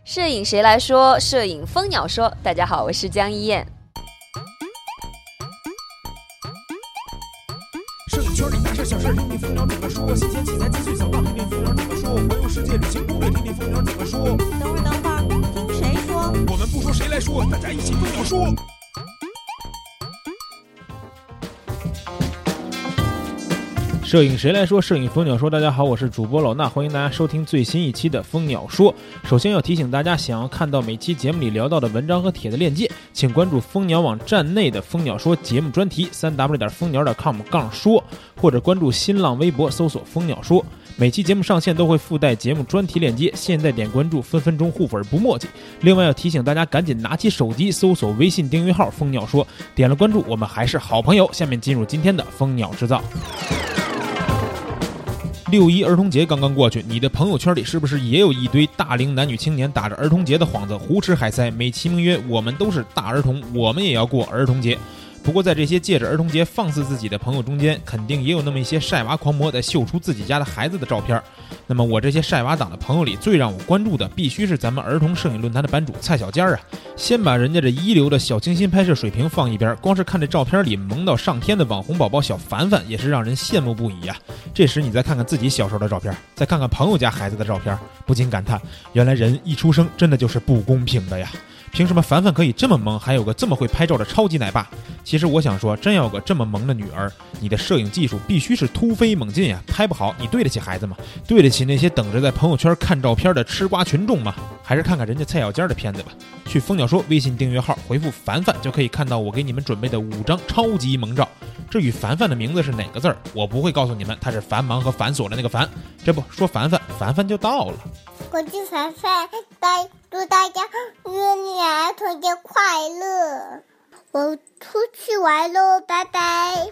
摄影谁来说？摄影蜂鸟说。大家好，我是江一燕。 摄影圈里大事小事，听听蜂鸟怎么说；新鲜器材资讯小道，听听蜂鸟怎么说；环游世界旅行攻略，听听蜂鸟怎么说。 等会儿，听谁说？ 我们不说谁来说，大家一起蜂鸟说。 摄影谁来说？摄影蜂鸟说。大家好，我是主播老衲，欢迎大家收听最新一期的蜂鸟说。首先要提醒大家，想要看到每期节目里聊到的文章和帖子链接，请关注蜂鸟网站内的蜂鸟说节目专题3w 蜂鸟.com 说，或者关注新浪微博搜索蜂鸟说。每期节目上线都会附带节目专题链接，现在点关注，分分钟互粉不墨迹。另外要提醒大家赶紧拿起手机搜索微信订阅号蜂鸟说，点了关注我们还是好朋友。下面进入今天的蜂鸟制造。6·1儿童节刚刚过去，你的朋友圈里是不是也有一堆大龄男女青年打着儿童节的幌子胡吃海塞，美其名曰我们都是大儿童，我们也要过儿童节。不过在这些借着儿童节放肆自己的朋友中间，肯定也有那么一些晒娃狂魔在秀出自己家的孩子的照片。那么我这些晒娃党的朋友里，最让我关注的必须是咱们儿童摄影论坛的版主蔡小尖啊。先把人家这一流的小清新拍摄水平放一边，光是看这照片里萌到上天的网红宝宝小凡凡，也是让人羡慕不已啊。这时你再看看自己小时候的照片，再看看朋友家孩子的照片，不禁感叹，原来人一出生真的就是不公平的呀。凭什么凡凡可以这么萌，还有个这么会拍照的超级奶爸？其实我想说，真要有个这么萌的女儿，你的摄影技术必须是突飞猛进呀！拍不好，你对得起孩子吗？对得起那些等着在朋友圈看照片的吃瓜群众吗？还是看看人家蔡小尖的片子吧。去蜂鸟说微信订阅号回复凡凡，就可以看到我给你们准备的5张超级萌照。至于凡凡的名字是哪个字儿，我不会告诉你们，它是繁忙和繁琐的那个繁。这不说凡凡，凡凡就到了。 我是凡凡，祝大家月历儿童节快乐！我出去玩喽，拜拜。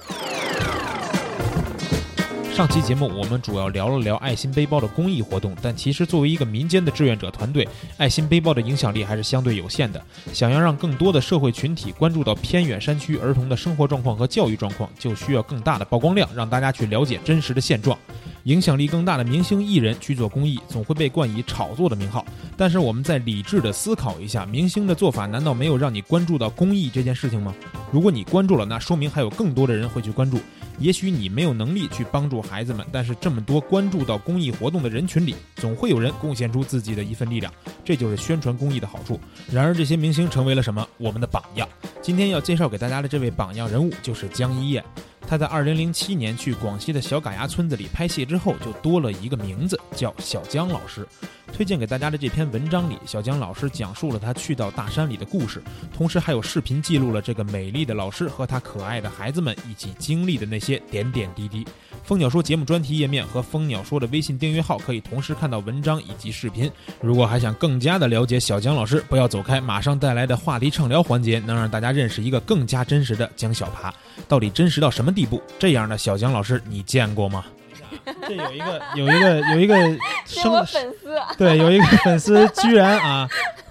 上期节目我们主要聊了聊爱心背包的公益活动，但其实作为一个民间的志愿者团队，爱心背包的影响力还是相对有限的。想要让更多的社会群体关注到偏远山区儿童的生活状况和教育状况，就需要更大的曝光量，让大家去了解真实的现状。影响力更大的明星艺人去做公益，总会被冠以炒作的名号。但是我们再理智地思考一下，明星的做法难道没有让你关注到公益这件事情吗？如果你关注了，那说明还有更多的人会去关注。也许你没有能力去帮助孩子们，但是这么多关注到公益活动的人群里，总会有人贡献出自己的一份力量，这就是宣传公益的好处。然而这些明星成为了什么？我们的榜样。今天要介绍给大家的这位榜样人物就是江一燕。他在2007年去广西的小嘎牙村子里拍戏之后，就多了一个名字，叫小江老师。推荐给大家的这篇文章里，小江老师讲述了他去到大山里的故事，同时还有视频记录了这个美丽的老师和他可爱的孩子们一起经历的那些点点滴滴。蜂鸟说节目专题页面和蜂鸟说的微信订阅号可以同时看到文章以及视频。如果还想更加的了解小江老师，不要走开，马上带来的话题畅聊环节能让大家认识一个更加真实的江小爬。到底真实到什么地步？这样的小江老师你见过吗？这有一个是我粉丝啊， 对，有一个粉丝居然啊。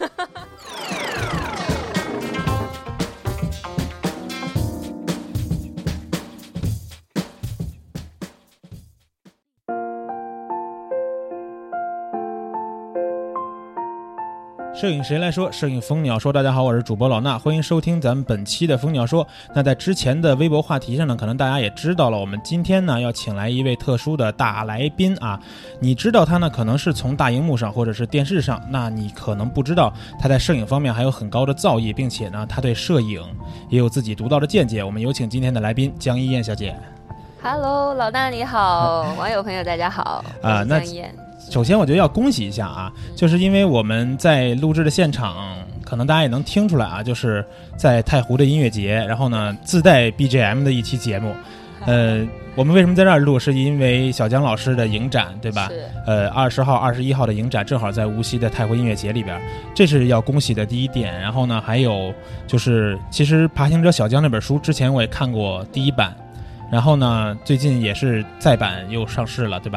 摄影谁来说？摄影蜂鸟说。大家好，我是主播老衲，欢迎收听咱们本期的蜂鸟说。那在之前的微博话题上呢，可能大家也知道了，我们今天呢要请来一位特殊的大来宾啊。你知道他呢，可能是从大荧幕上或者是电视上，那你可能不知道他在摄影方面还有很高的造诣，并且呢，他对摄影也有自己独到的见解。我们有请今天的来宾江一燕小姐。 Hello， 老大你好，网友朋友大家好。 那江一燕。 首先我觉得要恭喜一下啊，就是因为我们在录制的现场，可能大家也能听出来啊，就是在太湖的音乐节，然后呢自带 BGM 的一期节目。我们为什么在这儿录，是因为小江老师的影展，对吧？20号、21号的影展正好在无锡的太湖音乐节里边，这是要恭喜的第一点。然后呢，还有就是，其实《爬行者小江》那本书之前我也看过第一版，然后呢，最近也是再版又上市了，对吧？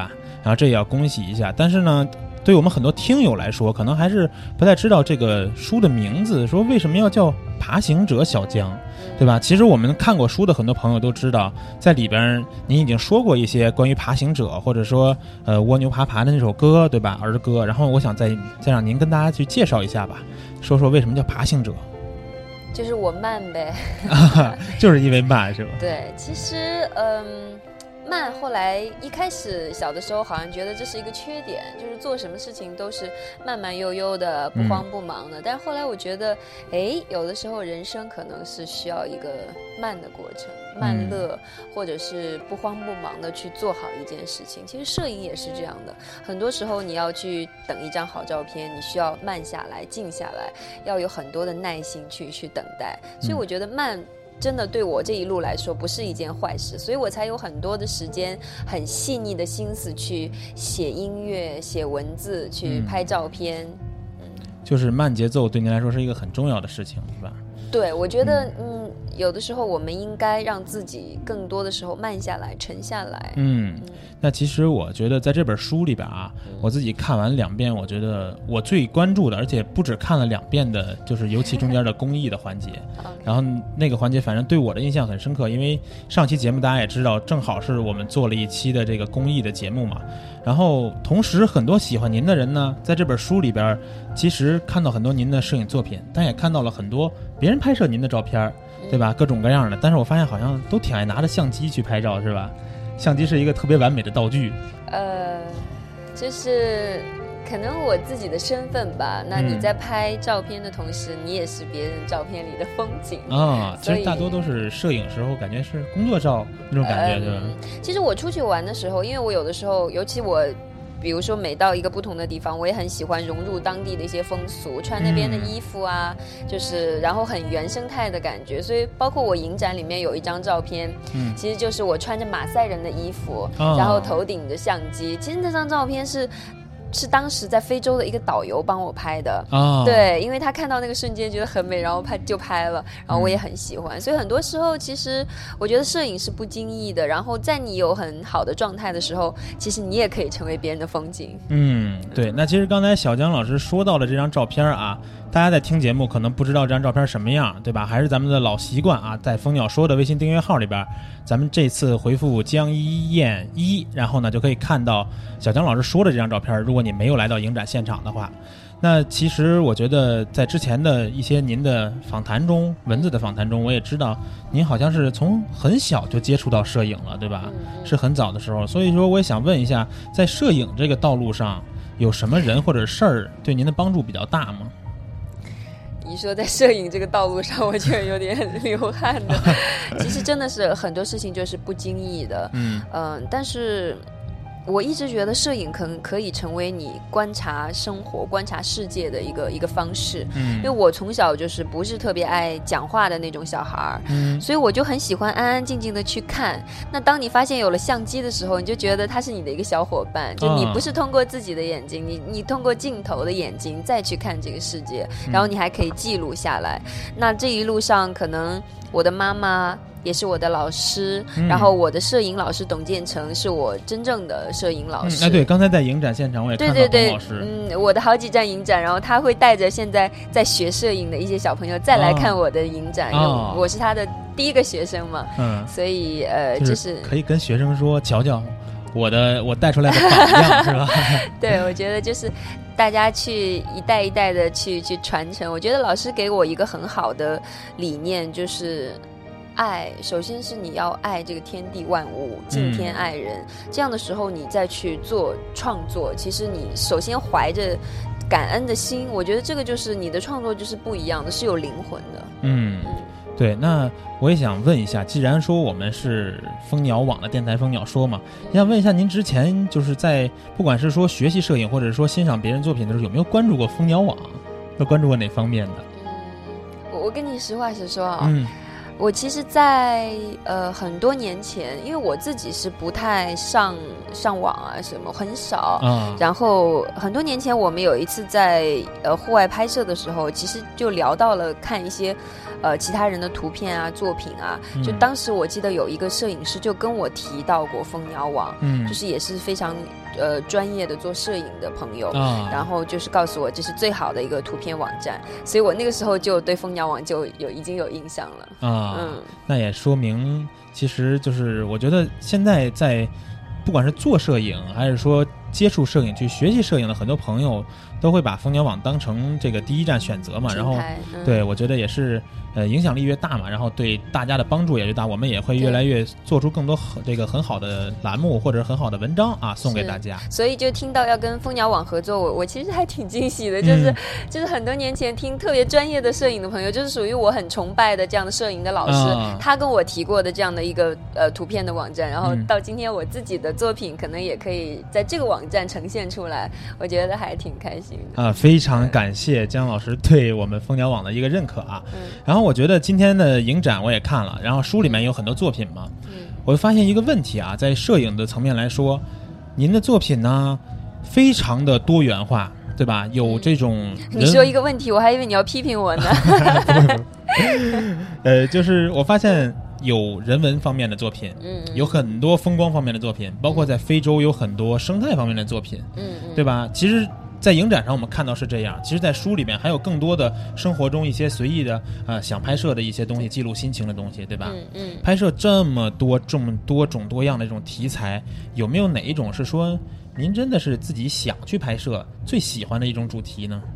然后这也要恭喜一下。但是呢，对于我们很多听友来说，可能还是不太知道这个书的名字，说为什么要叫爬行者小江，对吧？其实我们看过书的很多朋友都知道，在里边您已经说过一些关于爬行者，或者说蜗牛爬爬的那首歌，对吧？儿歌。然后我想再让您跟大家去介绍一下吧，说说为什么叫爬行者。 就是我慢呗就是因为慢是吧？ 对，其实慢后来一开始小的时候好像觉得这是一个缺点，就是做什么事情都是慢慢悠悠的，不慌不忙的。但是后来我觉得，有的时候人生可能是需要一个慢的过程，慢乐，或者是不慌不忙的去做好一件事情。其实摄影也是这样的，很多时候你要去等一张好照片，你需要慢下来，静下来，要有很多的耐心去等待。所以我觉得慢真的对我这一路来说不是一件坏事，所以我才有很多的时间，很细腻的心思去写音乐、写文字、去拍照片。 就是慢节奏对您来说是一个很重要的事情，是吧？ 对，我觉得有的时候我们应该让自己更多的时候慢下来、沉下来。 那其实我觉得在这本书里边啊，我自己看完2遍，我觉得我最关注的，而且不止看了2遍的，就是尤其中间的公益的环节。然后那个环节反正对我的印象很深刻，因为上期节目大家也知道，正好是我们做了一期的这个公益的节目嘛。然后同时很多喜欢您的人呢，在这本书里边其实看到很多您的摄影作品，但也看到了很多别人拍摄您的照片，对吧？各种各样的。但是我发现好像都挺爱拿着相机去拍照，是吧？相机是一个特别完美的道具。 就是可能我自己的身份吧。那你在拍照片的同时，你也是别人照片里的风景啊。其实大多都是摄影时候感觉是工作照那种感觉，对吧？ 其实我出去玩的时候，因为我有的时候，尤其我比如说每到一个不同的地方，我也很喜欢融入当地的一些风俗，穿那边的衣服啊，就是然后很原生态的感觉。所以包括我影展里面有一张照片，其实就是我穿着马赛人的衣服，然后头顶着相机。其实那张照片是当时在非洲的一个导游帮我拍的。对，因为他看到那个瞬间觉得很美，然后拍了，然后我也很喜欢。所以很多时候其实我觉得摄影是不经意的，然后在你有很好的状态的时候，其实你也可以成为别人的风景。 对。那其实刚才小江老师说到了这张照片啊，大家在听节目可能不知道这张照片什么样，对吧？还是咱们的老习惯啊，在蜂鸟说的微信订阅号里边，咱们这次回复江一燕1，然后呢就可以看到小江老师说的这张照片。如果你没有来到影展现场的话，那其实我觉得在之前的一些您的访谈中，文字的访谈中，我也知道您好像是从很小就接触到摄影了，对吧？是很早的时候。所以说我也想问一下，在摄影这个道路上有什么人或者事儿对您的帮助比较大吗？ 你说在摄影这个道路上，我觉得有点流汗的。其实真的是很多事情就是不经意的，但是我一直觉得摄影可以成为你观察生活、观察世界的一个方式。因为我从小就是不是特别爱讲话的那种小孩，所以我就很喜欢安安静静的去看。那当你发现有了相机的时候，你就觉得他是你的一个小伙伴，就你不是通过自己的眼睛，你通过镜头的眼睛再去看这个世界，然后你还可以记录下来。那这一路上，可能我的妈妈也是我的老师，然后我的摄影老师董建成是我真正的摄影老师。 对，刚才在影展现场我也看到董老师。 我的好几站影展，然后他会带着现在在学摄影的一些小朋友再来看我的影展，因为我是他的第一个学生嘛。所以就是可以跟学生说，瞧瞧我带出来的榜样是吧？ 对，我觉得就是大家去一代一代的去传承。我觉得老师给我一个很好的理念，就是爱，首先是你要爱这个天地万物，敬天爱人，这样的时候你再去做创作，其实你首先怀着感恩的心，我觉得这个就是你的创作就是不一样的，是有灵魂的。 对。那我也想问一下，既然说我们是蜂鸟网的电台蜂鸟说嘛，我想问一下您之前就是在不管是说学习摄影或者说欣赏别人作品的时候，有没有关注过蜂鸟网？有关注过哪方面的？ 我跟你实话实说啊， 我其实在很多年前，因为我自己是不太上网啊什么，很少。然后很多年前我们有一次在户外拍摄的时候，其实就聊到了看一些其他人的图片啊作品啊。就当时我记得有一个摄影师就跟我提到过蜂鸟网，就是也是非常专业的做摄影的朋友，然后就是告诉我这是最好的一个图片网站，所以我那个时候就对蜂鸟网就已经有印象了。 那也说明其实就是我觉得现在在不管是做摄影还是说接触摄影去学习摄影的很多朋友都会把蜂鸟网当成这个第一站选择嘛，然后对我觉得也是影响力越大嘛，然后对大家的帮助也越大，我们也会越来越做出更多这个很好的栏目或者很好的文章啊送给大家。 所以就听到要跟蜂鸟网合作，我其实还挺惊喜的，就是很多年前听特别专业的摄影的朋友，就是属于我很崇拜的这样的摄影的老师，他跟我提过的这样的一个图片的网站，然后到今天我自己的作品可能也可以在这个网站呈现出来，我觉得还挺开心的。 非常感谢姜老师对我们蜂鸟网的一个认可啊。然后我觉得今天的影展我也看了，然后书里面有很多作品嘛，我就发现一个问题啊，在摄影的层面来说，您的作品呢非常的多元化，对吧？有这种你说一个问题，我还以为你要批评我呢。 就是我发现有人文方面的作品，有很多风光方面的作品，包括在非洲有很多生态方面的作品，对吧？其实在影展上我们看到是这样，其实在书里面还有更多的生活中一些随意的想拍摄的一些东西，记录心情的东西，对吧？拍摄这么多种多样的这种题材，有没有哪一种是说您真的是自己想去拍摄最喜欢的一种主题呢？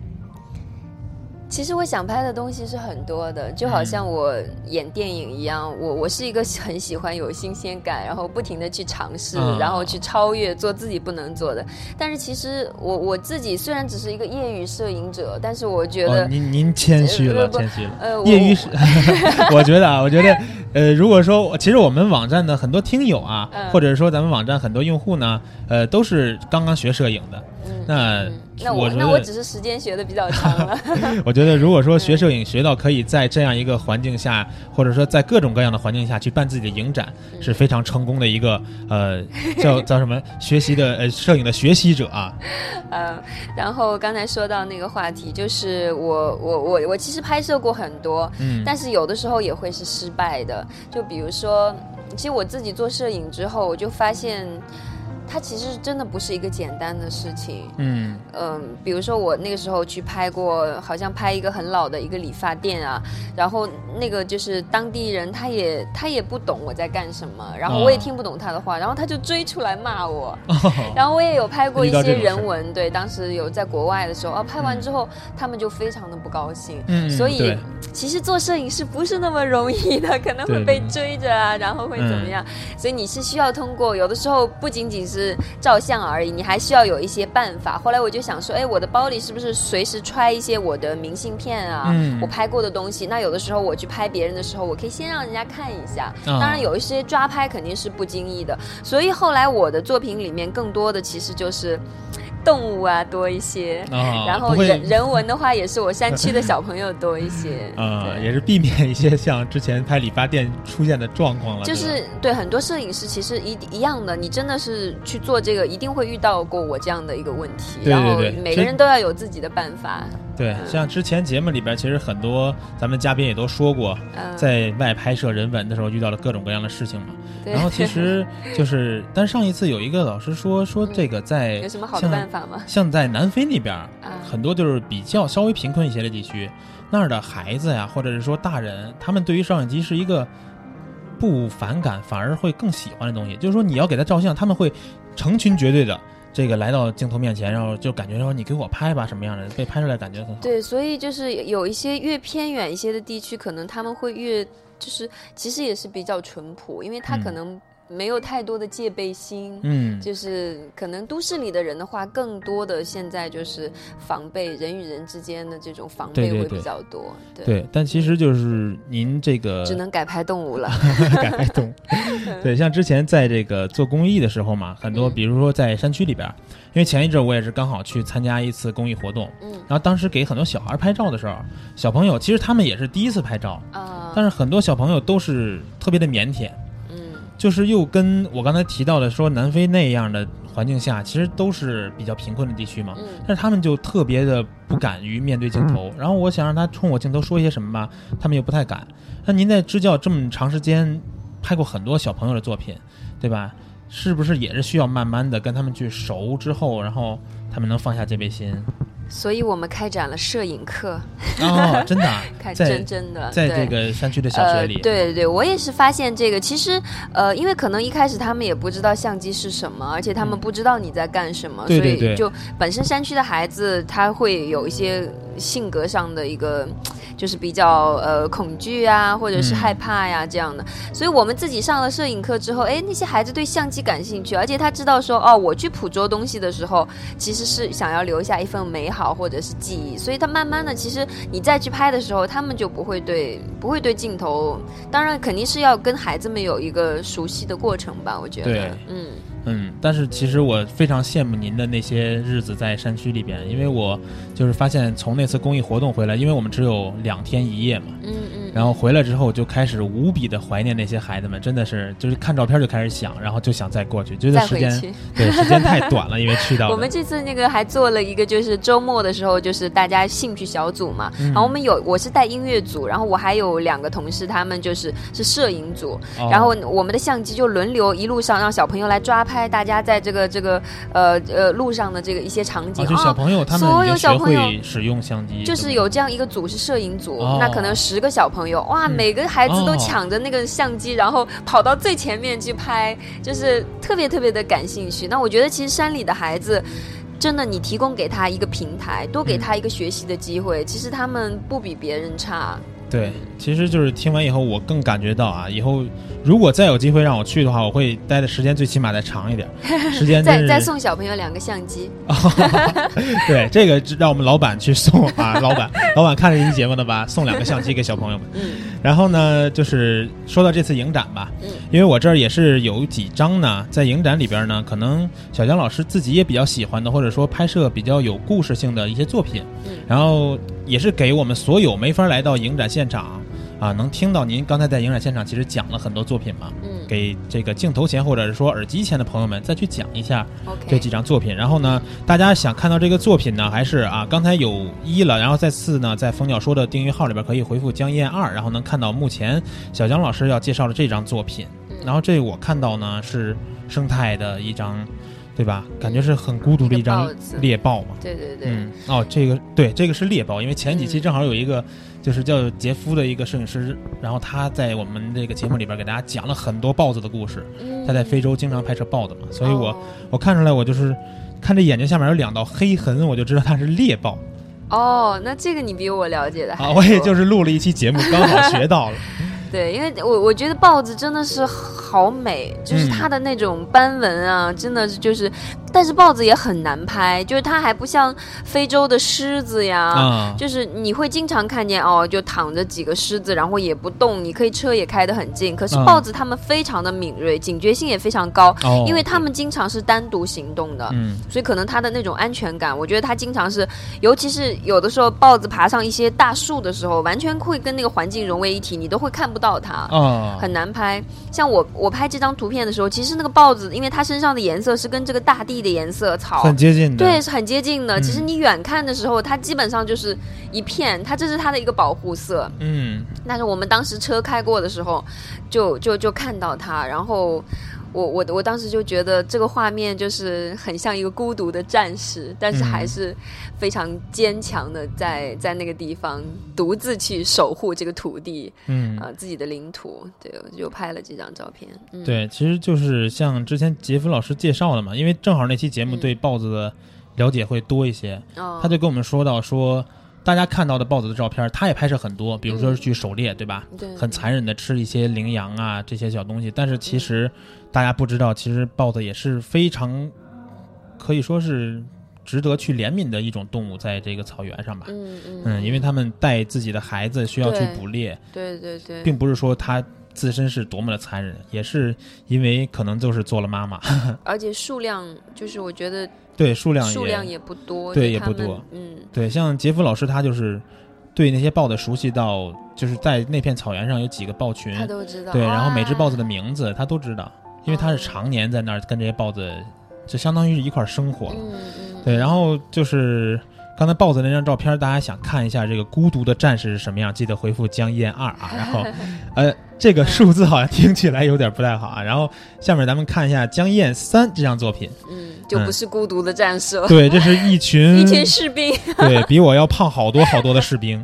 其实我想拍的东西是很多的，就好像我演电影一样，我是一个很喜欢有新鲜感，然后不停的去尝试，然后去超越，做自己不能做的。但是其实我自己虽然只是一个业余摄影者，但是我觉得您谦虚了，谦虚了。业余我觉得如果说其实我们网站的很多听友啊，或者说咱们网站很多用户呢，都是刚刚学摄影的。那我只是时间学的比较长了。 我觉得如果说学摄影学到可以在这样一个环境下，或者说在各种各样的环境下去办自己的影展，是非常成功的一个叫什么学习的摄影的学习者啊。 然后刚才说到那个话题，就是我其实拍摄过很多，但是有的时候也会是失败的。就比如说，其实我自己做摄影之后，我就发现它其实真的不是一个简单的事情。比如说我那个时候去拍过，好像拍一个很老的一个理发店啊，然后那个就是当地人他也不懂我在干什么，然后我也听不懂他的话，然后他就追出来骂我。然后我也有拍过一些人文，对，当时有在国外的时候拍完之后他们就非常的不高兴。所以其实做摄影师不是那么容易的，可能会被追着啊，然后会怎么样，所以你是需要通过，有的时候不仅仅是照相而已，你还需要有一些办法。后来我就想说，我的包里是不是随时揣一些我的明信片啊，我拍过的东西，那有的时候我去拍别人的时候，我可以先让人家看一下。当然有一些抓拍肯定是不经意的，所以后来我的作品里面更多的其实就是动物啊多一些，然后人文的话也是我山区的小朋友多一些。 也是避免一些像之前拍理发店出现的状况了。 就是对很多摄影师其实一样的，你真的是去做这个一定会遇到过我这样的一个问题。 对， 然后每个人都要有自己的办法。 对，像之前节目里边其实很多咱们嘉宾也都说过，在外拍摄人文的时候遇到了各种各样的事情嘛。然后其实就是但上一次有一个老师说这个在有什么好的办法吗？ 像在南非那边很多就是比较稍微贫困一些的地区，那儿的孩子呀或者是说大人，他们对于摄像机是一个不反感反而会更喜欢的东西。就是说你要给他照相，他们会成群结队的这个来到镜头面前，然后就感觉说你给我拍吧什么样的，被拍出来感觉很好。 对，所以就是有一些越偏远一些的地区，可能他们会越就是其实也是比较淳朴，因为他可能没有太多的戒备心。就是可能都市里的人的话，更多的现在就是防备，人与人之间的这种防备会比较多。 对，但其实就是您这个只能改拍动物了。 改拍动物。对，像之前在这个做公益的时候嘛，很多比如说在山区里边，因为前一阵我也是刚好去参加一次公益活动，然后当时给很多小孩拍照的时候，小朋友其实他们也是第一次拍照但是很多小朋友都是特别的腼腆，就是又跟我刚才提到的说南非那样的环境下，其实都是比较贫困的地区嘛，但是他们就特别的不敢于面对镜头，然后我想让他冲我镜头说一些什么吧，他们又不太敢。那您在支教这么长时间，拍过很多小朋友的作品，对吧？是不是也是需要慢慢的跟他们去熟之后，然后他们能放下戒备心？ 所以我们开展了摄影课。 哦，真的啊真的在这个山区的小学里。 对，我也是发现这个，其实因为可能一开始他们也不知道相机是什么，而且他们不知道你在干什么， 对， 所以就本身山区的孩子他会有一些性格上的一个就是比较恐惧啊，或者是害怕呀这样的，所以我们自己上了摄影课之后，那些孩子对相机感兴趣，而且他知道说我去捕捉东西的时候其实是想要留下一份美好或者是记忆，所以他慢慢的其实你再去拍的时候，他们就不会对镜头，当然肯定是要跟孩子们有一个熟悉的过程吧，我觉得。 对，但是其实我非常羡慕您的那些日子在山区里边，因为我就是发现从那次公益活动回来，因为我们只有2天1夜嘛，然后回来之后就开始无比的怀念那些孩子们，真的是就是看照片就开始想，然后就想再过去，觉得时间太短了，因为去到我们这次那个还做了一个，就是周末的时候，就是大家兴趣小组嘛，然后我是带音乐组，然后我还有2个同事，他们是摄影组，然后我们的相机就轮流一路上让小朋友来抓拍大家在这个路上的这个一些场景， 就小朋友他们所有小朋友使用相机， 就是有这样一个组是摄影组，那可能10个小朋友，哇，每个孩子都抢着那个相机，然后跑到最前面去拍，就是特别特别的感兴趣。那我觉得其实山里的孩子真的，你提供给他一个平台，多给他一个学习的机会，其实他们不比别人差。 对，其实就是听完以后我更感觉到啊，以后如果再有机会让我去的话，我会待的时间最起码再长一点，时间再送小朋友2个相机。 对，这个让我们老板去送啊，老板看着这期节目的吧，送2个相机给小朋友们。然后呢，就是说到这次影展吧，因为我这儿也是有几张呢，在影展里边呢，可能小江老师自己也比较喜欢的，或者说拍摄比较有故事性的一些作品，然后也是给我们所有没法来到影展现场啊，能听到您刚才在影展现场其实讲了很多作品嘛，给这个镜头前或者是说耳机前的朋友们再去讲一下这几张作品。然后呢，大家想看到这个作品呢，还是啊，刚才有1了，然后再次呢，在蜂鸟说的订阅号里边可以回复江一燕2，然后能看到目前小江老师要介绍的这张作品。然后这我看到呢是生态的一张，对吧？感觉是很孤独的一张猎豹嘛。 对， 这个是猎豹，因为前几期正好有一个就是叫杰夫的一个摄影师，然后他在我们这个节目里边给大家讲了很多豹子的故事，他在非洲经常拍摄豹子嘛，所以我看出来，我就是看这眼睛下面有2道黑痕，我就知道它是猎豹。 那这个你比我了解的还多。 我也就是录了一期节目，刚好学到了。 对，因为我觉得豹子真的是好美，就是它的那种斑纹啊，真的就是，但是豹子也很难拍，就是它还不像非洲的狮子呀，就是你会经常看见就躺着几个狮子，然后也不动，你可以车也开得很近，可是豹子它们非常的敏锐，警觉性也非常高，因为它们经常是单独行动的，所以可能它的那种安全感，我觉得它经常是，尤其是有的时候豹子爬上一些大树的时候，完全会跟那个环境融为一体，你都会看不到它，很难拍。像我拍这张图片的时候，其实那个豹子，因为它身上的颜色是跟这个大地的颜色草很接近的， 对，是很接近的。其实你远看的时候，它基本上就是一片，这是它的一个保护色。但是我们当时车开过的时候，就看到它，然后我当时就觉得这个画面就是很像一个孤独的战士，但是还是非常坚强的在那个地方独自去守护这个土地，自己的领土。对，我就拍了这张照片。 对，其实就是像之前杰夫老师介绍的嘛，因为正好那期节目对豹子的了解会多一些，他就跟我们说到说，大家看到的豹子的照片，他也拍摄很多，比如说去狩猎，对吧？对，很残忍的吃一些羚羊啊这些小东西，但是其实大家不知道，其实豹子也是非常可以说是值得去怜悯的一种动物，在这个草原上吧。因为他们带自己的孩子需要去捕猎， 对， 并不是说他自身是多么的残忍，也是因为可能就是做了妈妈， 而且数量就是我觉得对数量也不多， 对，也不多。对，像杰夫老师他就是对那些豹子熟悉到， 就是在那片草原上有几个豹群， 他都知道。 对，然后每只豹子的名字他都知道，因为他是常年在那儿跟这些豹子，就相当于是一块生活。对，然后就是刚才豹子那张照片，大家想看一下这个孤独的战士是什么样，记得回复江一燕2啊。然后这个数字好像听起来有点不太好啊。然后下面咱们看一下江一燕3这张作品， 就不是孤独的战士了。 对，这是一群士兵， 对，比我要胖好多好多的士兵。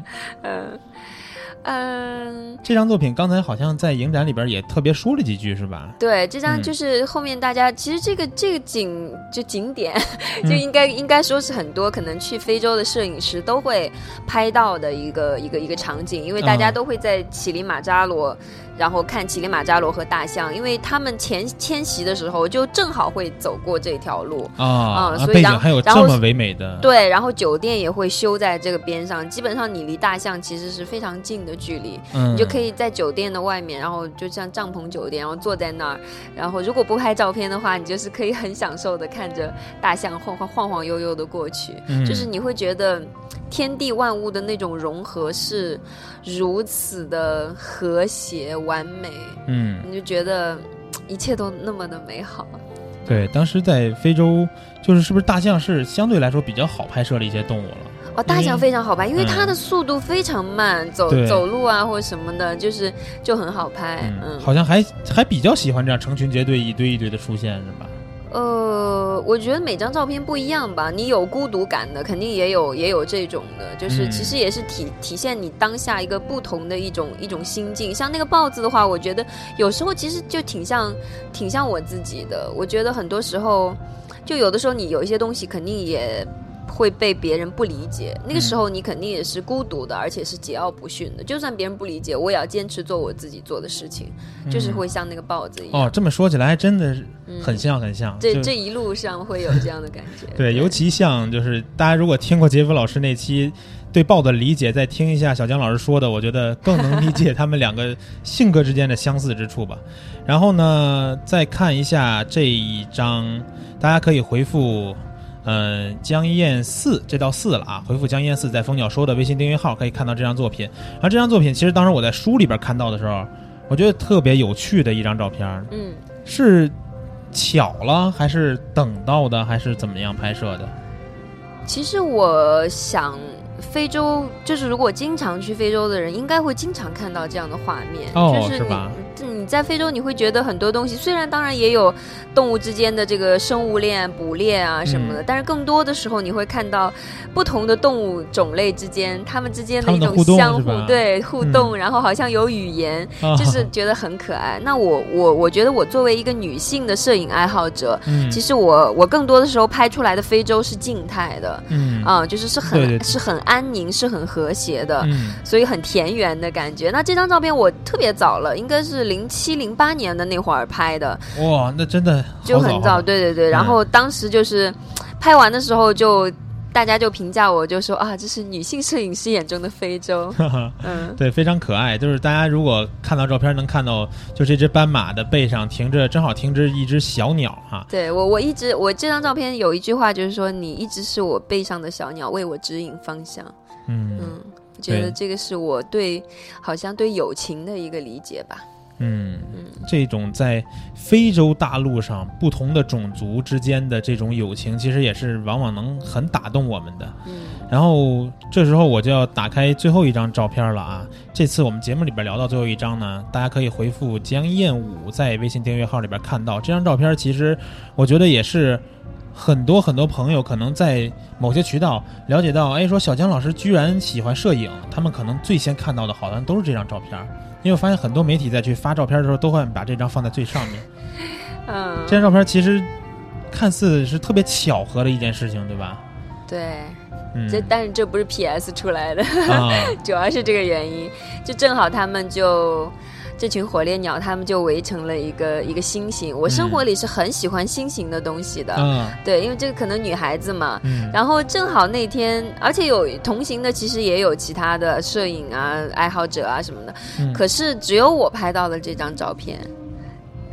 这张作品刚才好像在影展里边也特别说了几句，是吧？ 对，这张就是后面大家其实这个景点就应该说是很多可能去非洲的摄影师都会拍到的一个场景，因为大家都会在乞力马扎罗。然后看乞力马扎罗和大象，因为他们迁徙的时候就正好会走过这条路所以背景还有这么唯美的。 对，然后酒店也会修在这个边上，基本上你离大象其实是非常近的距离，你就可以在酒店的外面，然后就像帐篷酒店，然后坐在那儿，然后如果不拍照片的话，你就是可以很享受的看着大象晃晃悠悠的过去，就是你会觉得天地万物的那种融合是如此的和谐完美，你就觉得一切都那么的美好。 对，当时在非洲，是不是大象是相对来说比较好拍摄的一些动物了？ 大象非常好拍，因为它的速度非常慢，走路啊或者什么的，就很好拍。 好像还比较喜欢这样成群结队一堆一堆的出现，是吧？ 我觉得每张照片不一样吧，你有孤独感的，肯定也有这种的，就是其实也是体现你当下一个不同的一种心境。像那个豹子的话，我觉得有时候其实就挺像我自己的。我觉得很多时候，就有的时候你有一些东西肯定也会被别人不理解，那个时候你肯定也是孤独的，而且是桀骜不驯的。就算别人不理解，我也要坚持做我自己做的事情，就是会像那个豹子一样。 这么说起来还真的很像。 这一路上会有这样的感觉。 对，尤其像就是大家如果听过杰夫老师那期对豹的理解，再听一下小江老师说的，我觉得更能理解他们两个性格之间的相似之处吧。然后呢，再看一下这一张，大家可以回复江一燕4，这到4了啊！回复江一燕4在蜂鸟说的微信订阅号可以看到这张作品。然后这张作品其实当时我在书里边看到的时候，我觉得特别有趣的一张照片。是巧了还是等到的还是怎么样拍摄的？ 其实我想非洲就是如果经常去非洲的人应该会经常看到这样的画面，就是你在非洲你会觉得很多东西虽然当然也有动物之间的这个生物链捕猎啊什么的，但是更多的时候你会看到不同的动物种类之间他们之间的一种相互互动，然后好像有语言，就是觉得很可爱。那我觉得我作为一个女性的摄影爱好者，其实我更多的时候拍出来的非洲是静态的，就是很安宁，是很和谐的，所以很田园的感觉。那这张照片我特别早了，应该是07、08年的那会儿拍的。 哇，那真的就很早，对。然后当时就是拍完的时候大家就评价我，就说这是女性摄影师眼中的非洲。 对，非常可爱。就是大家如果看到照片能看到，就这只斑马的背上正好停着一只小鸟哈。 对，我这张照片有一句话就是说，你一直是我背上的小鸟，为我指引方向。觉得这个是我好像对友情的一个理解吧。 这种在非洲大陆上不同的种族之间的这种友情，其实也是往往能很打动我们的。然后这时候我就要打开最后一张照片了啊！这次我们节目里边聊到最后一张呢，大家可以回复江一燕5在微信订阅号里边看到这张照片。其实我觉得也是很多朋友可能在某些渠道了解到，说小江老师居然喜欢摄影，他们可能最先看到的好像都是这张照片。因为我发现很多媒体在去发照片的时候都会把这张放在最上面。这张照片其实看似是特别巧合的一件事情，对吧？ 对，但是这不是 PS 出来的，主要是这个原因，就正好他们这群火烈鸟他们就围成了一个星星。我生活里是很喜欢星星的东西的，对，因为这个可能女孩子嘛，然后正好那天，而且有同行的其实也有其他的摄影啊爱好者啊什么的，可是只有我拍到了这张照片，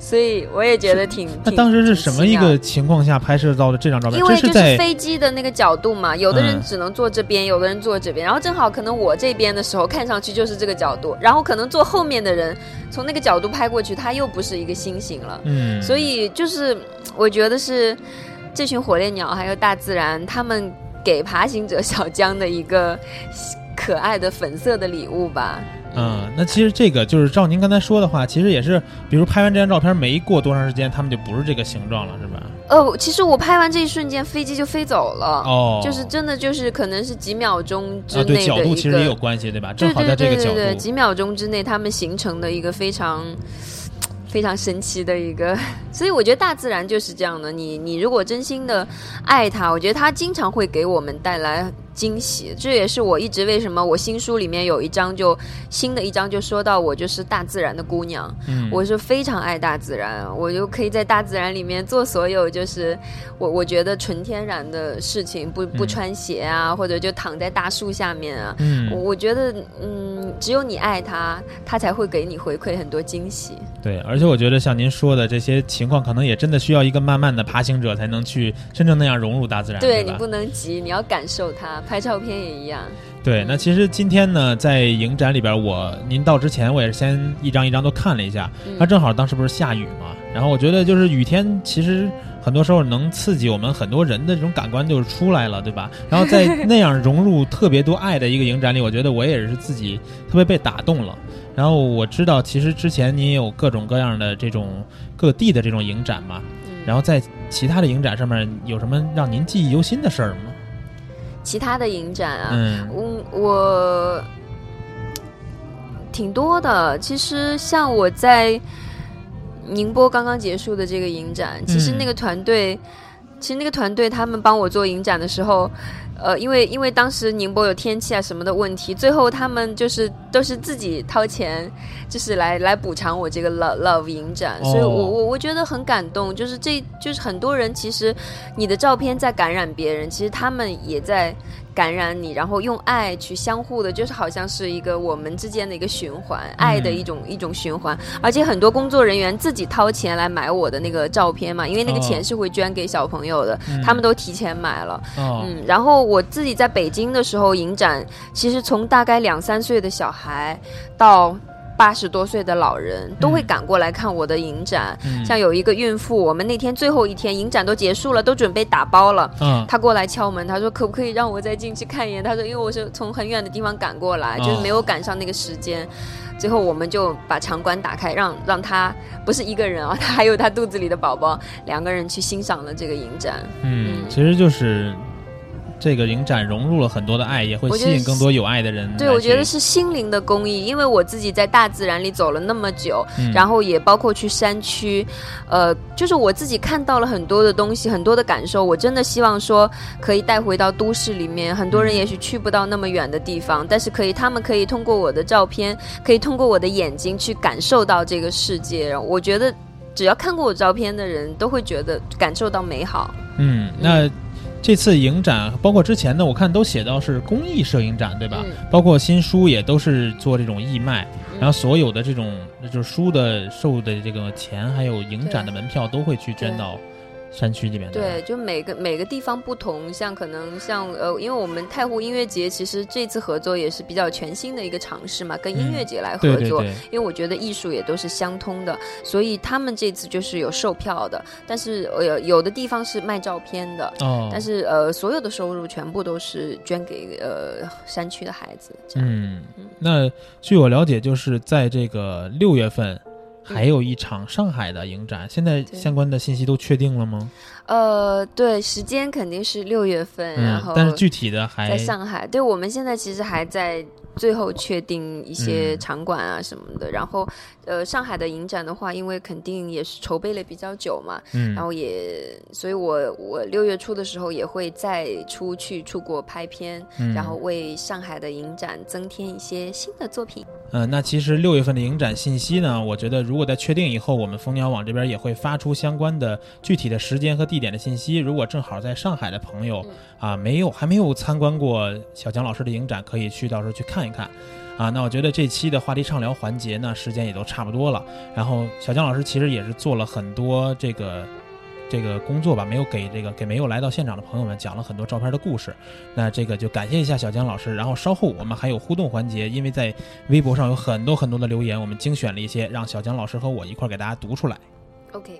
所以我也觉得挺。 那当时是什么一个情况下拍摄到的这张照片？ 因为就是飞机的那个角度嘛，有的人只能坐这边，有的人坐这边，然后正好可能我这边的时候看上去就是这个角度，然后可能坐后面的人从那个角度拍过去，他又不是一个星星了。所以就是我觉得是这群火烈鸟还有大自然，他们给爬行者小江的一个可爱的粉色的礼物吧。 那其实这个就是照您刚才说的话，其实也是，比如拍完这张照片没过多长时间，他们就不是这个形状了，是吧？ 其实我拍完这一瞬间，飞机就飞走了。就是真的就是可能是几秒钟之内的一个， 对，角度其实也有关系，对吧？正好在这个角度， 对，几秒钟之内，他们形成的一个非常非常神奇的一个，所以我觉得大自然就是这样的。你如果真心的爱它，我觉得它经常会给我们带来惊喜。这也是我一直为什么我新书里面有新的一章就说到我就是大自然的姑娘。我是非常爱大自然，我就可以在大自然里面做所有就是我觉得纯天然的事情，不穿鞋啊，或者就躺在大树下面啊。我觉得只有你爱它，它才会给你回馈很多惊喜。 对，而且我觉得像您说的这些情况，可能也真的需要一个慢慢的爬行者才能去真正那样融入大自然。 对，你不能急，你要感受它，拍照片也一样。 对，那其实今天呢，在影展里边，您到之前我也是先一张一张都看了一下。那正好当时不是下雨嘛，然后我觉得就是雨天其实很多时候能刺激我们很多人的这种感官就是出来了，对吧？然后在那样融入特别多爱的一个影展里，我觉得我也是自己特别被打动了。然后我知道其实之前您也有各种各样的这种各地的这种影展嘛，然后在其他的影展上面有什么让您记忆犹新的事儿吗？ 其他的影展啊，我挺多的。其实像我在宁波刚刚结束的这个影展，其实那个团队他们帮我做影展的时候，因为当时宁波有天气啊什么的问题，最后他们就是都是自己掏钱，就是来补偿我这个 love 影展，所以我觉得很感动。就是就是很多人，其实你的照片在感染别人，其实他们也在感染你，然后用爱去相互的，就是好像是一个我们之间的一个循环，爱的一种循环。而且很多工作人员自己掏钱来买我的那个照片嘛，因为那个钱是会捐给小朋友的，他们都提前买了。然后我自己在北京的时候影展，其实从大概2-3岁的小孩到80多岁的老人都会赶过来看我的影展。像有一个孕妇，我们那天最后一天影展都结束了，都准备打包了，她过来敲门，她说可不可以让我再进去看一眼。她说因为我是从很远的地方赶过来，就是没有赶上那个时间。最后我们就把场馆打开，让她不是一个人啊，她还有她肚子里的宝宝，2个人去欣赏了这个影展。 其实就是这个影展融入了很多的爱，也会吸引更多有爱的人。 对，我觉得是心灵的公益，因为我自己在大自然里走了那么久，然后也包括去山区，就是我自己看到了很多的东西，很多的感受。我真的希望说可以带回到都市里面，很多人也许去不到那么远的地方，但是他们可以通过我的照片，可以通过我的眼睛去感受到这个世界。我觉得只要看过我照片的人都会觉得感受到美好。 那这次影展包括之前的我看都写到是公益摄影展，对吧？包括新书也都是做这种义卖，然后所有的这种就是书的售的这个钱还有影展的门票都会去捐到山区里面。 对，就每个地方不同，像可能像因为我们太湖音乐节其实这次合作也是比较全新的一个尝试嘛，跟音乐节来合作。 对， 因为我觉得艺术也都是相通的，所以他们这次就是有售票的，但是有的地方是卖照片的，但是所有的收入全部都是捐给山区的孩子。 那据我了解，就是在这个6月份。还有一场上海的影展，现在相关的信息都确定了吗？ 对，时间肯定是6月份，然后但是具体的还在上海。对，我们现在其实还在最后确定一些场馆啊什么的，然后上海的影展的话，因为肯定也是筹备了比较久嘛，然后所以我6月初的时候也会再出国拍片，然后为上海的影展增添一些新的作品。 那其实6月份的影展信息呢，我觉得如果在确定以后，我们蜂鸟网这边也会发出相关的具体的时间和地点的信息。如果正好在上海的朋友还没有参观过小江老师的影展，可以到时候去看看一看。啊，那我觉得这期的话题畅聊环节呢，时间也都差不多了。然后小江老师其实也是做了很多这个工作吧，没有给没有来到现场的朋友们讲了很多照片的故事。那这个就感谢一下小江老师。然后稍后我们还有互动环节，因为在微博上有很多很多的留言，我们精选了一些，让小江老师和我一块给大家读出来。 OK。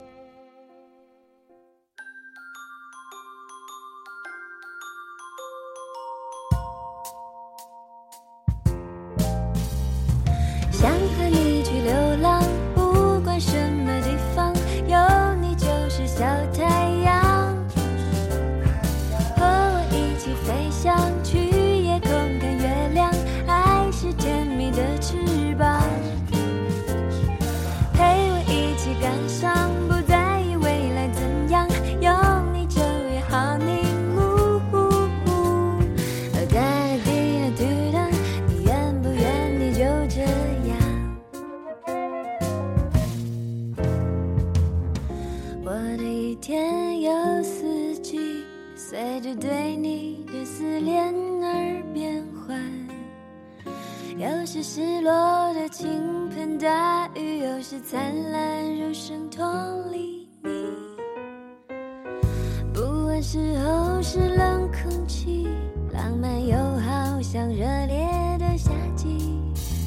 想和你去流浪，不管什么地方，有你就是小太阳。和我一起飞翔，去夜空看月亮，爱是甜蜜的翅膀。陪我一起感伤，不在意未来怎样，有你就越好你哒哒滴哒嘟哒，你愿不愿你就这样。我的一天有四季，随着对你的思念而变换。有时失落的倾盆大雨，有时灿烂如生脱离你。不管时候是冷空气，浪漫又好像热烈的夏季。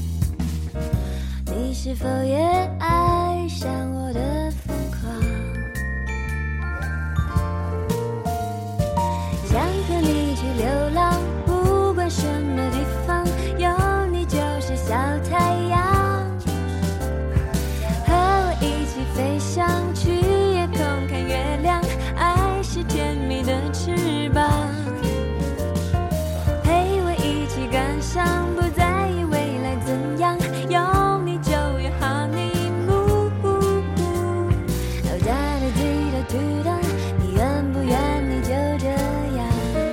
你是否也爱上我的疯狂？想和你去流浪，不管什么地方，有你就是小太阳。和我一起飞翔，去夜空看月亮，爱是甜蜜的翅膀。陪我一起感伤，不在意未来怎样，有你就越好你哒哒滴哒嘟哒，你愿不愿你就这样。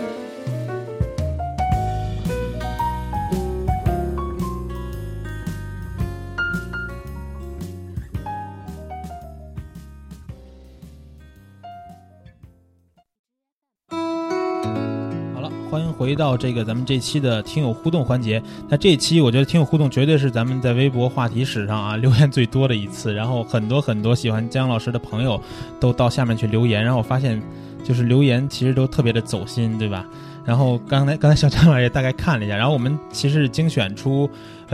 好了，欢迎回到咱们这期的听友互动环节。那这一期我觉得听友互动绝对是咱们在微博话题史上留言最多的一次，然后很多喜欢江老师的朋友都到下面去留言，然后我发现就是留言其实都特别的走心，对吧？然后刚才小江老师也大概看了一下，然后我们其实精选出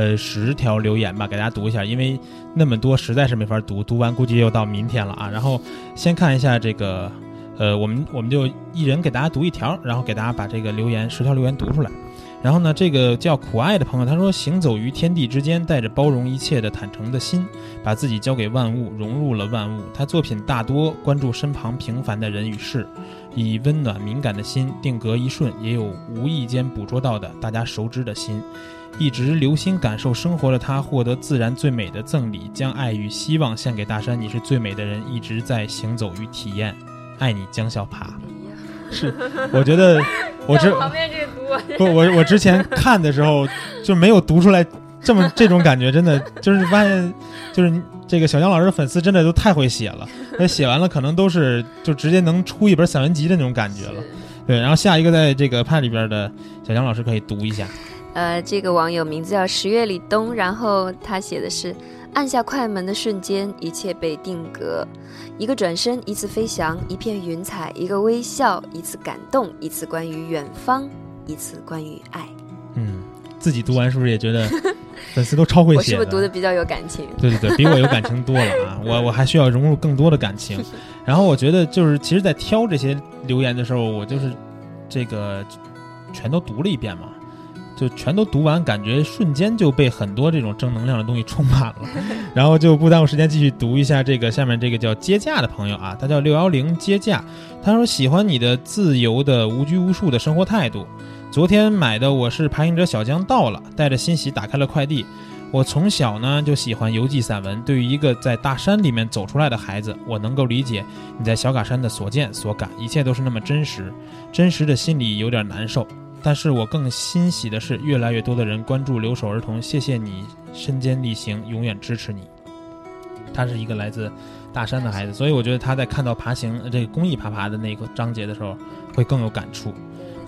10条留言吧，给大家读一下，因为那么多实在是没法读完估计又到明天了啊。然后先看一下这个我们就一人给大家读一条，然后给大家把这个10条留言读出来。然后呢，这个叫苦爱的朋友他说，行走于天地之间，带着包容一切的坦诚的心，把自己交给万物，融入了万物。他作品大多关注身旁平凡的人与事，以温暖敏感的心定格一瞬，也有无意间捕捉到的大家熟知的心。一直留心感受生活的他，获得自然最美的赠礼，将爱与希望献给大山。你是最美的人，一直在行走与体验，爱你江小爬。是，我觉得我旁边这个读我之前看的时候就没有读出来这种感觉，真的就是发现就是这个小江老师的粉丝真的都太会写了，那写完了可能都是就直接能出一本散文集的那种感觉了。对，然后下一个在这个派里边的小江老师可以读一下。 这个网友名字叫10月里冬，然后他写的是按下快门的瞬间，一切被定格。一个转身，一次飞翔，一片云彩，一个微笑，一次感动，一次关于远方，一次关于爱。 自己读完是不是也觉得粉丝都超会写的？ 我是不是读的比较有感情？ 对，比我有感情多了啊！我还需要融入更多的感情。然后我觉得就是，其实，在挑这些留言的时候，我就是这个全都读了一遍嘛。就全都读完，感觉瞬间就被很多这种正能量的东西充满了，然后就不耽误时间继续读一下这个下面这个叫接驾的朋友啊，他叫610接驾，他说喜欢你的自由的无拘无束的生活态度。昨天买的我是爬行者小江到了，带着欣喜打开了快递。我从小呢就喜欢游记散文，对于一个在大山里面走出来的孩子，我能够理解你在小嘎山的所见所感，一切都是那么真实，真实的心里有点难受。但是我更欣喜的是，越来越多的人关注留守儿童，谢谢你身兼力行，永远支持你。他是一个来自大山的孩子，所以我觉得他在看到爬行这个公益爬的那个章节的时候会更有感触。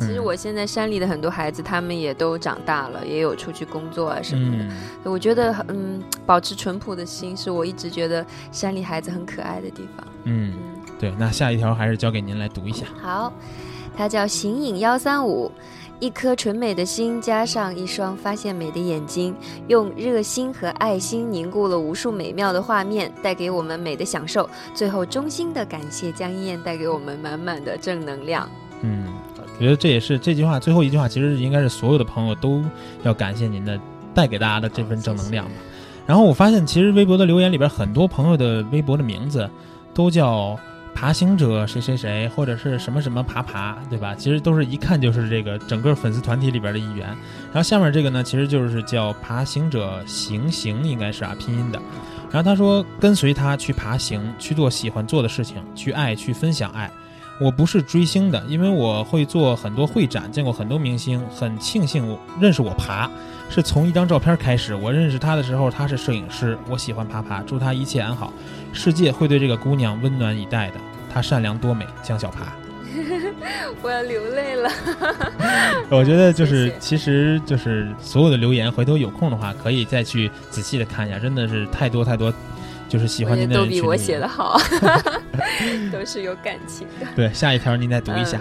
其实我现在山里的很多孩子，他们也都长大了，也有出去工作啊什么的。我觉得保持淳朴的心是我一直觉得山里孩子很可爱的地方。 对，那下一条还是交给您来读一下。 好，它叫形影135。一颗纯美的心加上一双发现美的眼睛，用热心和爱心凝固了无数美妙的画面，带给我们美的享受。最后衷心的感谢江一燕带给我们满满的正能量。 我觉得这也是这句话最后一句话，其实应该是所有的朋友都要感谢您的带给大家的这份正能量吧。然后我发现其实微博的留言里边很多朋友的微博的名字都叫爬行者谁谁谁或者是什么什么爬，对吧？其实都是一看就是这个整个粉丝团体里边的一员。然后下面这个呢，其实就是叫爬行者行，应该是拼音的。然后他说跟随他去爬行，去做喜欢做的事情，去爱，去分享爱。我不是追星的，因为我会做很多会展，见过很多明星，很庆幸我认识我爬是从一张照片开始。我认识他的时候他是摄影师，我喜欢爬，祝他一切安好，世界会对这个姑娘温暖以待的，她善良多美，江小爬。 我要流泪了。 我觉得就是谢谢其实就是所有的留言回头有空的话可以再去仔细的看一下，真的是太多就是喜欢您的人都比我写的好。都是有感情的。 对，下一条您再读一下。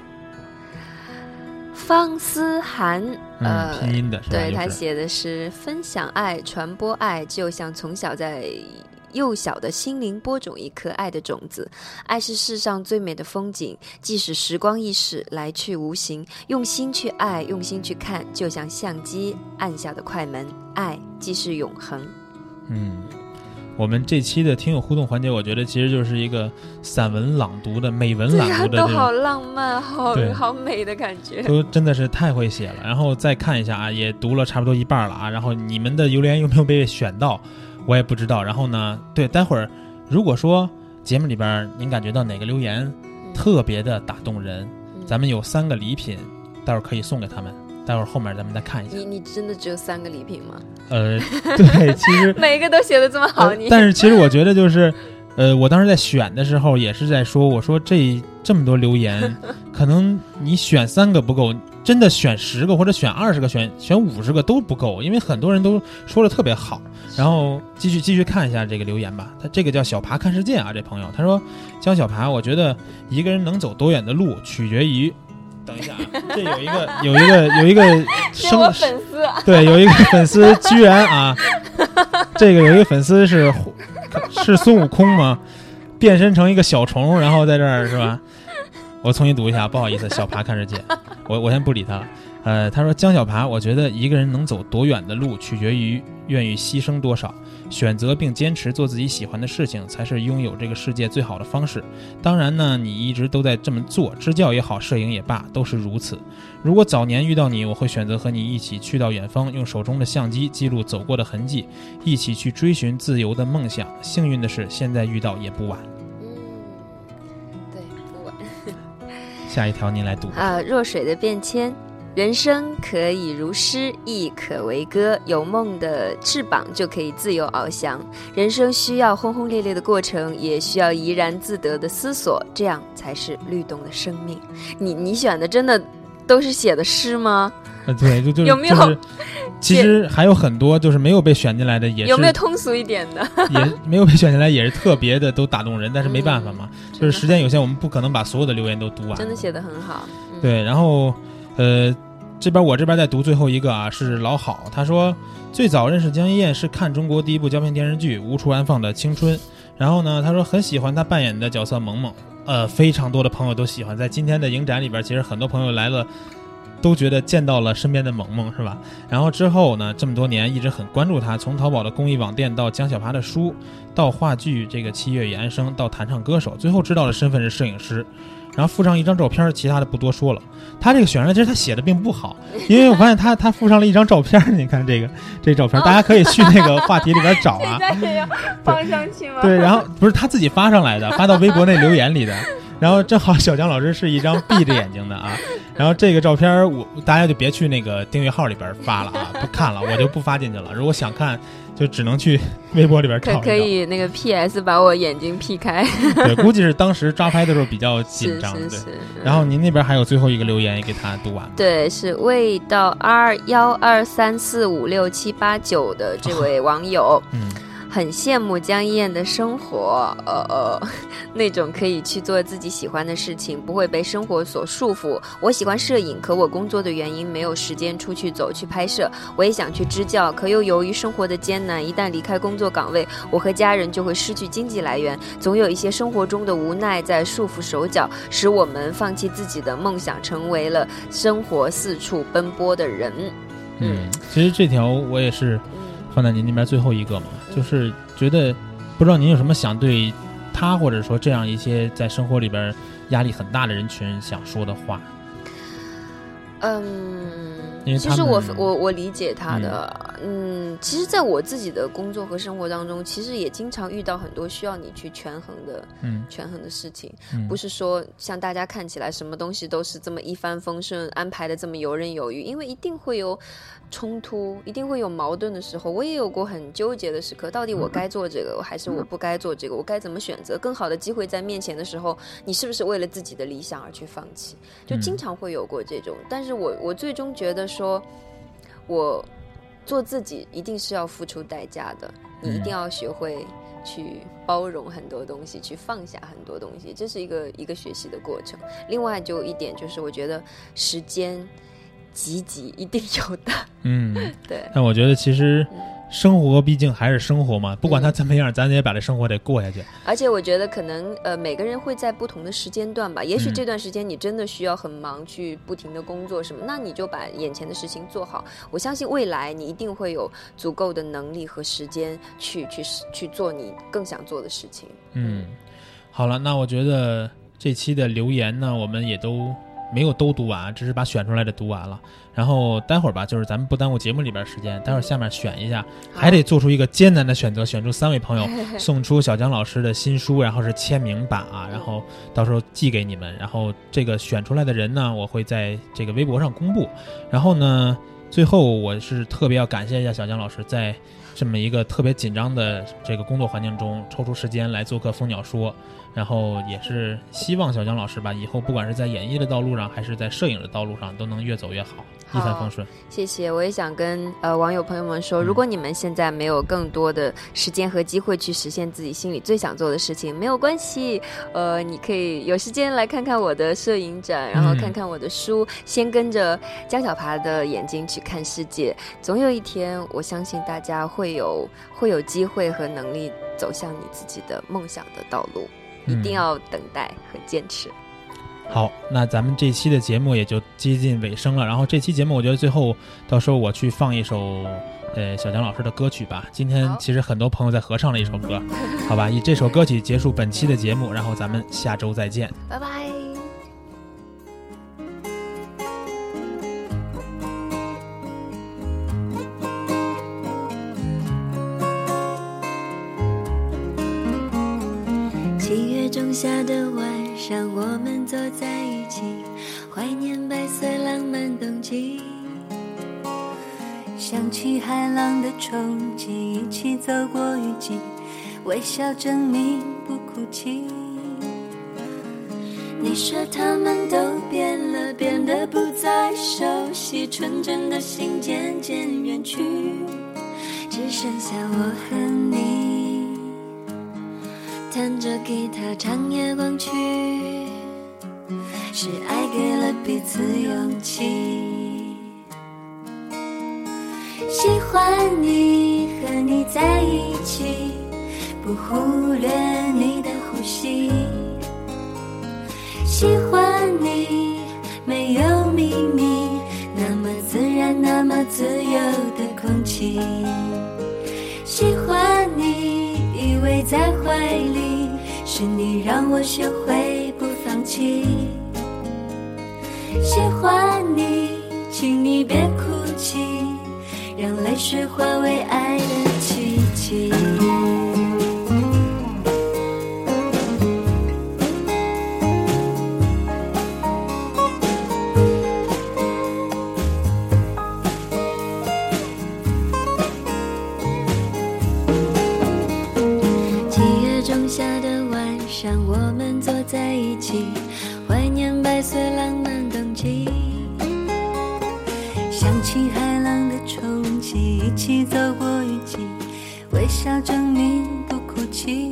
方思涵， 拼音的是吧？ 对，他写的是分享爱，传播爱，就像从小在幼小的心灵播种一颗爱的种子。爱是世上最美的风景，即使时光易逝，来去无形，用心去爱，用心去看，就像相机按下的快门，爱即是永恒。 我们这期的听友互动环节，我觉得其实就是一个散文朗读的美文朗读的， 都好浪漫，好美的感觉， 都真的是太会写了。然后再看一下啊，也读了差不多一半了啊。然后你们的留言有没有被选到，我也不知道。然后呢，对，待会儿如果说节目里边您感觉到哪个留言特别的打动人，咱们有3个礼品，待会儿可以送给他们。待会儿后面咱们再看一下。 你真的只有3个礼品吗？ 对，其实每个都写得这么好， 但是其实我觉得就是，我当时在选的时候也是在说，我说这么多留言，可能你选3个不够，真的选10个或者选20个，选50个都不够，因为很多人都说的特别好。然后继续看一下这个留言吧。他这个叫小爬看世界啊，这朋友他说，江小爬，我觉得一个人能走多远的路取决于。等一下啊，这有一个是我粉丝啊， 对，有一个粉丝居然啊，这个有一个粉丝是孙悟空吗？变身成一个小虫，然后在这儿是吧？我重新读一下，不好意思，小爬看世界，我先不理他了。他说江小爬，我觉得一个人能走多远的路，取决于愿意牺牲多少。选择并坚持做自己喜欢的事情，才是拥有这个世界最好的方式。当然呢，你一直都在这么做，支教也好，摄影也罢，都是如此。如果早年遇到你，我会选择和你一起去到远方，用手中的相机记录走过的痕迹，一起去追寻自由的梦想。幸运的是，现在遇到也不晚。 对，不晚。 下一条您来读啊，弱水的变迁。人生可以如诗，亦可为歌。有梦的翅膀就可以自由翱翔。人生需要轰轰烈烈的过程，也需要怡然自得的思索，这样才是律动的生命。你选的真的都是写的诗吗？ 对，就有没有？ 就是其实还有很多就是没有被选进来的，也是有没有通俗一点的？ 也没有被选进来，也是特别的都打动人，但是没办法嘛，就是时间有限，我们不可能把所有的留言都读完。 真的写得很好。 对，然后我这边再读最后一个啊，是老好，他说最早认识江一燕是看中国第一部胶片电视剧《无处安放的青春》，然后呢，他说很喜欢他扮演的角色萌萌，非常多的朋友都喜欢，在今天的影展里边，其实很多朋友来了都觉得见到了身边的萌萌，是吧？然后之后呢，这么多年一直很关注他，从淘宝的公益网店到江小爬的书，到话剧这个《七月与安生》，到弹唱歌手，最后知道的身份是摄影师。然后附上一张照片，其他的不多说了。他这个选上来，其实他写的并不好，因为我发现他附上了一张照片，你看这照片，大家可以去那个话题里边找啊。 大家也要放上去吗？ 对，然后不是他自己发上来的，发到微博那留言里的。然后正好小江老师是一张闭着眼睛的啊，然后这个照片大家就别去那个订阅号里边发了啊，不看了，我就不发进去了。如果想看， 就只能去微博里边找一找。 可以那个 PS 把我眼睛 P 开。 对，估计是当时抓拍的时候比较紧张。 是。 然后您那边还有最后一个留言也给他读完吗？ 对，是味道212345678的这位网友。很羡慕江一燕的生活，那种可以去做自己喜欢的事情，不会被生活所束缚。我喜欢摄影，可我工作的原因没有时间出去走去拍摄。我也想去支教，可又由于生活的艰难，一旦离开工作岗位，我和家人就会失去经济来源。总有一些生活中的无奈在束缚手脚，使我们放弃自己的梦想，成为了生活四处奔波的人。 其实这条我也是放在您那边最后一个嘛，就是觉得不知道您有什么想对他或者说这样一些在生活里边压力很大的人群想说的话。其实我理解他的，其实在我自己的工作和生活当中，其实也经常遇到很多需要你去权衡的事情，不是说像大家看起来什么东西都是这么一帆风顺，安排的这么游刃有余，因为一定会有冲突，一定会有矛盾的时候。我也有过很纠结的时刻，到底我该做这个还是我不该做这个，我该怎么选择？更好的机会在面前的时候，你是不是为了自己的理想而去放弃？就经常会有过这种，但是我最终觉得说，我做自己一定是要付出代价的，你一定要学会去包容很多东西，去放下很多东西，这是一个学习的过程。另外就一点就是，我觉得时间挤一定有的。对。但我觉得其实生活毕竟还是生活嘛，不管它怎么样，咱也把这生活得过下去。 而且我觉得可能每个人会在不同的时间段吧，也许这段时间你真的需要很忙，去不停的工作什么，那你就把眼前的事情做好。我相信未来你一定会有足够的能力和时间去做你更想做的事情。 好了，那我觉得这期的留言呢，我们也都没有都读完，只是把选出来的读完了。然后待会儿吧，就是咱们不耽误节目里边时间，待会儿下面选一下，还得做出一个艰难的选择，选出3位朋友，送出小江老师的新书，然后是签名版啊，然后到时候寄给你们。然后这个选出来的人呢，我会在这个微博上公布。然后呢，最后我是特别要感谢一下小江老师，在这么一个特别紧张的这个工作环境中抽出时间来做客蜂鸟说。然后也是希望小江老师吧，以后不管是在演艺的道路上还是在摄影的道路上都能越走越好，一帆风顺。谢谢。我也想跟网友朋友们说，如果你们现在没有更多的时间和机会去实现自己心里最想做的事情，没有关系，你可以有时间来看看我的摄影展，然后看看我的书，先跟着江小爬的眼睛去看世界，总有一天我相信大家会有机会和能力走向你自己的梦想的道路，一定要等待和坚持。 好，那咱们这期的节目也就接近尾声了。然后这期节目我觉得最后到时候我去放一首小江老师的歌曲吧。今天其实很多朋友在合唱了一首歌，好吧，以这首歌曲结束本期的节目，然后咱们下周再见， 拜拜。 7月仲夏的晚上，我们坐在一起，怀念白色浪漫冬季，想起海浪的冲击，一起走过雨季，微笑证明不哭泣。你说他们都变了，变得不再熟悉，纯真的心渐渐远去，只剩下我和你，弹着吉他唱夜光曲，是爱给了彼此勇气。喜欢你，和你在一起，不忽略你的呼吸。喜欢你，没有秘密，那么自然，那么自由的空气。喜欢你，依偎在怀里，是你让我学会不放弃。喜欢你，请你别哭泣，让泪水化为爱的奇迹。 上我们坐在一起，怀念百岁浪漫冬季，想起海浪的冲击，一起走过雨季，微笑证明不哭泣。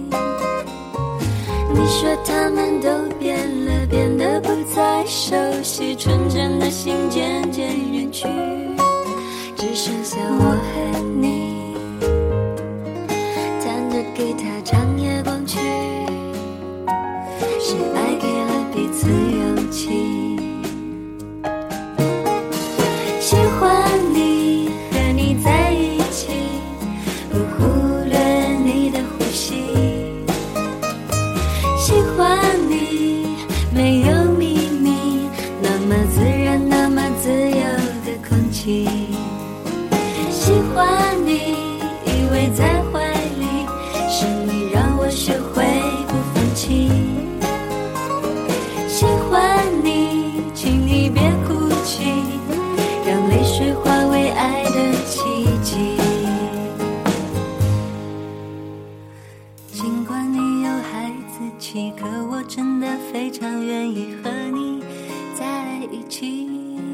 你说他们都变了，变得不再熟悉，纯真的心渐渐远去，只剩下我和你，弹着吉他唱夜光曲，是爱给了彼此勇气。喜欢你，和你在一起，不忽略你的呼吸。喜欢你，没有秘密，那么自然，那么自由的空气。喜欢你，依偎在怀里，是你让我学会不放弃。喜欢你，请你别哭泣，让泪水化为爱的奇迹。尽管你有孩子气，可我真的非常愿意和你在一起。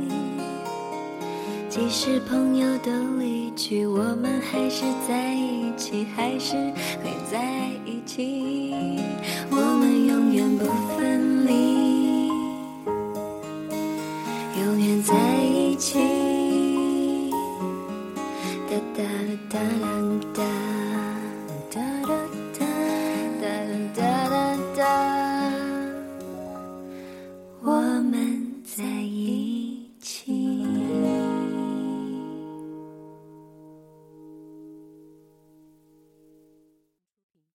即使朋友都离去，我们还是在一起，还是会在一起，我们永远不分离，永远在一起。哒哒啦哒啦。